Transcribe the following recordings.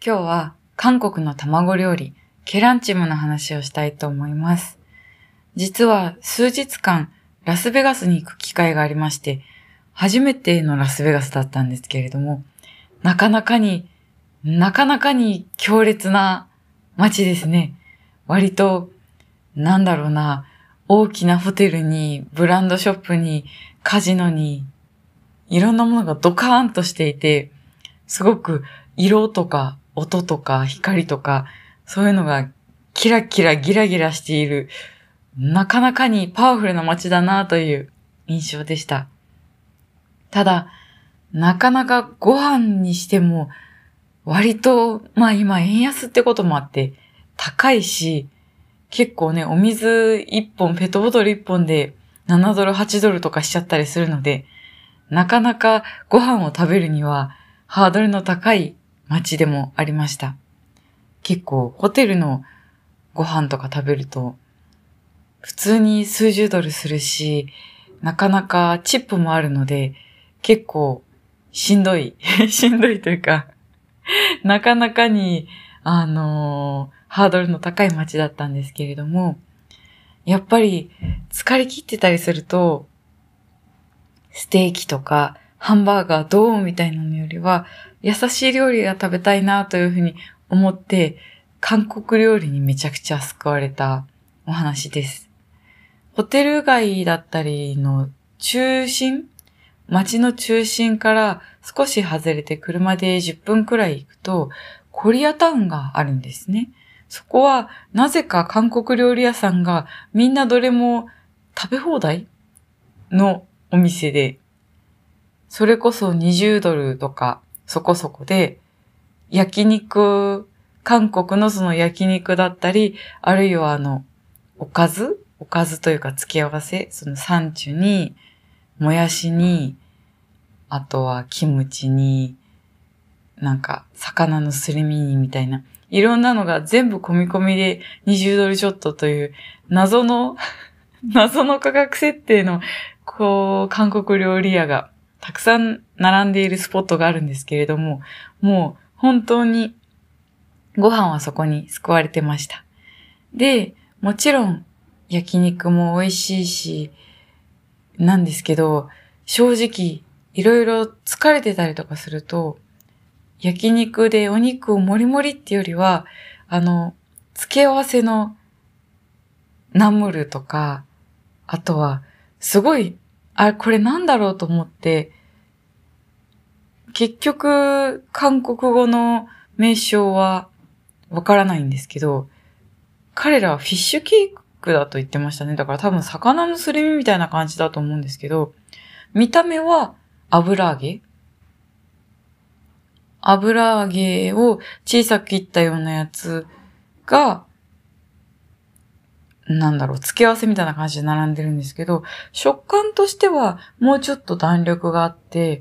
今日は韓国の卵料理、ケランチムの話をしたいと思います。実は数日間ラスベガスに行く機会がありまして、初めてのラスベガスだったんですけれども、なかなかに強烈な街ですね。割と、大きなホテルに、ブランドショップに、カジノに、いろんなものがドカーンとしていて、すごく色とか音とか光とか、そういうのがキラキラギラギラしている、なかなかにパワフルな街だなという印象でした。ただ、なかなかご飯にしても、割と、今円安ってこともあって高いし、結構ね、お水1本、ペットボトル1本で7ドル、8ドルとかしちゃったりするので、なかなかご飯を食べるにはハードルの高い街でもありました。結構ホテルのご飯とか食べると普通に数十ドルするし、なかなかチップもあるので結構しんどいというか、なかなかにハードルの高い街だったんですけれども、やっぱり疲れ切ってたりすると、ステーキとかハンバーガードーンみたいなのよりは優しい料理が食べたいなというふうに思って、韓国料理にめちゃくちゃ救われたお話です。ホテル街だったりの街の中心から少し外れて車で10分くらい行くとコリアタウンがあるんですね。そこはなぜか韓国料理屋さんがみんなどれも食べ放題のお店で、それこそ20ドルとかそこそこで、韓国のその焼肉だったり、あるいはおかずというか付け合わせ、そのサンチュに、もやしに、あとはキムチに、魚のすり身にみたいな、いろんなのが全部込み込みで20ドルちょっとという謎の価格設定の韓国料理屋がたくさん並んでいるスポットがあるんですけれども、もう本当にご飯はそこに救われてました。で、もちろん焼肉も美味しいし、なんですけど、正直いろいろ疲れてたりとかすると、焼肉でお肉をもりもりっていうよりは、付け合わせのナムルとか、あとは、すごい、これなんだろうと思って、結局、韓国語の名称はわからないんですけど、彼らはフィッシュケークだと言ってましたね。だから多分魚のすり身みたいな感じだと思うんですけど、見た目は油揚げを小さく切ったようなやつが、付け合わせみたいな感じで並んでるんですけど、食感としてはもうちょっと弾力があって、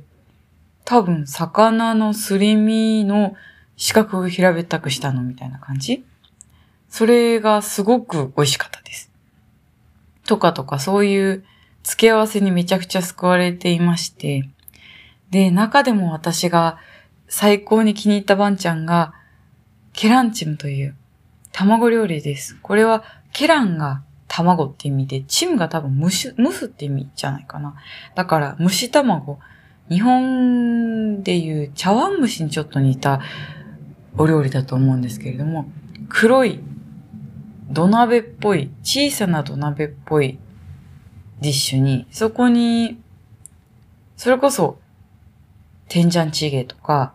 多分魚のすり身の四角を平べったくしたのみたいな感じ？それがすごく美味しかったです。とかそういう付け合わせにめちゃくちゃ救われていまして、で、中でも私が最高に気に入ったバンちゃんがケランチムという卵料理です。これはケランが卵って意味で、チムが多分蒸すって意味じゃないかな。だから蒸し卵、日本でいう茶碗蒸しにちょっと似たお料理だと思うんですけれども、黒い土鍋っぽい、小さな土鍋っぽいディッシュに、そこに、それこそ、テンジャンチゲとか、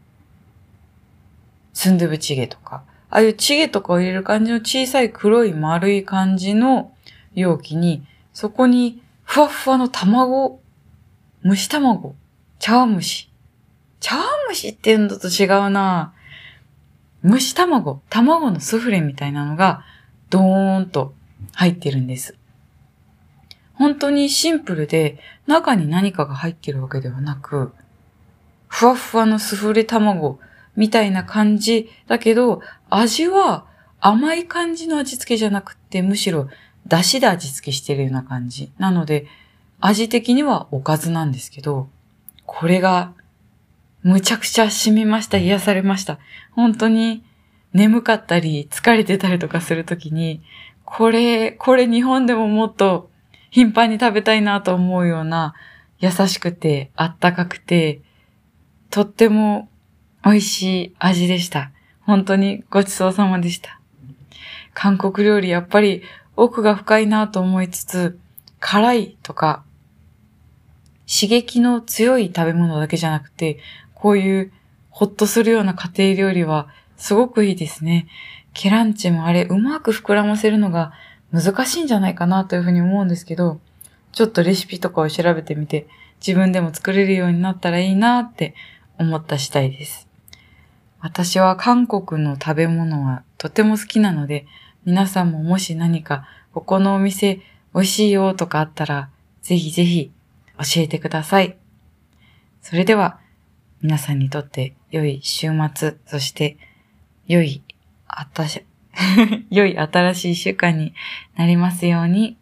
スンドゥブチゲとか、ああいうチゲとかを入れる感じの小さい黒い丸い感じの容器に、そこにふわふわの蒸し卵、茶碗蒸しっていうのと違うな。蒸し卵のスフレみたいなのがドーンと入ってるんです。本当にシンプルで中に何かが入ってるわけではなく、ふわふわのスフレ卵みたいな感じだけど、味は甘い感じの味付けじゃなくて、むしろ出汁で味付けしてるような感じ。なので、味的にはおかずなんですけど、これがむちゃくちゃ染みました。癒されました。本当に眠かったり疲れてたりとかするときに、これ日本でももっと頻繁に食べたいなと思うような優しくてあったかくて、とっても美味しい味でした。本当にごちそうさまでした。韓国料理やっぱり奥が深いなと思いつつ、辛いとか刺激の強い食べ物だけじゃなくて、こういうホッとするような家庭料理はすごくいいですね。ケランチもあれうまく膨らませるのが難しいんじゃないかなというふうに思うんですけど、ちょっとレシピとかを調べてみて自分でも作れるようになったらいいなって思った次第です。私は韓国の食べ物はとても好きなので、皆さんももし何かここのお店美味しいよとかあったら、ぜひぜひ教えてください。それでは皆さんにとって良い週末、そして良い新しい週間になりますように。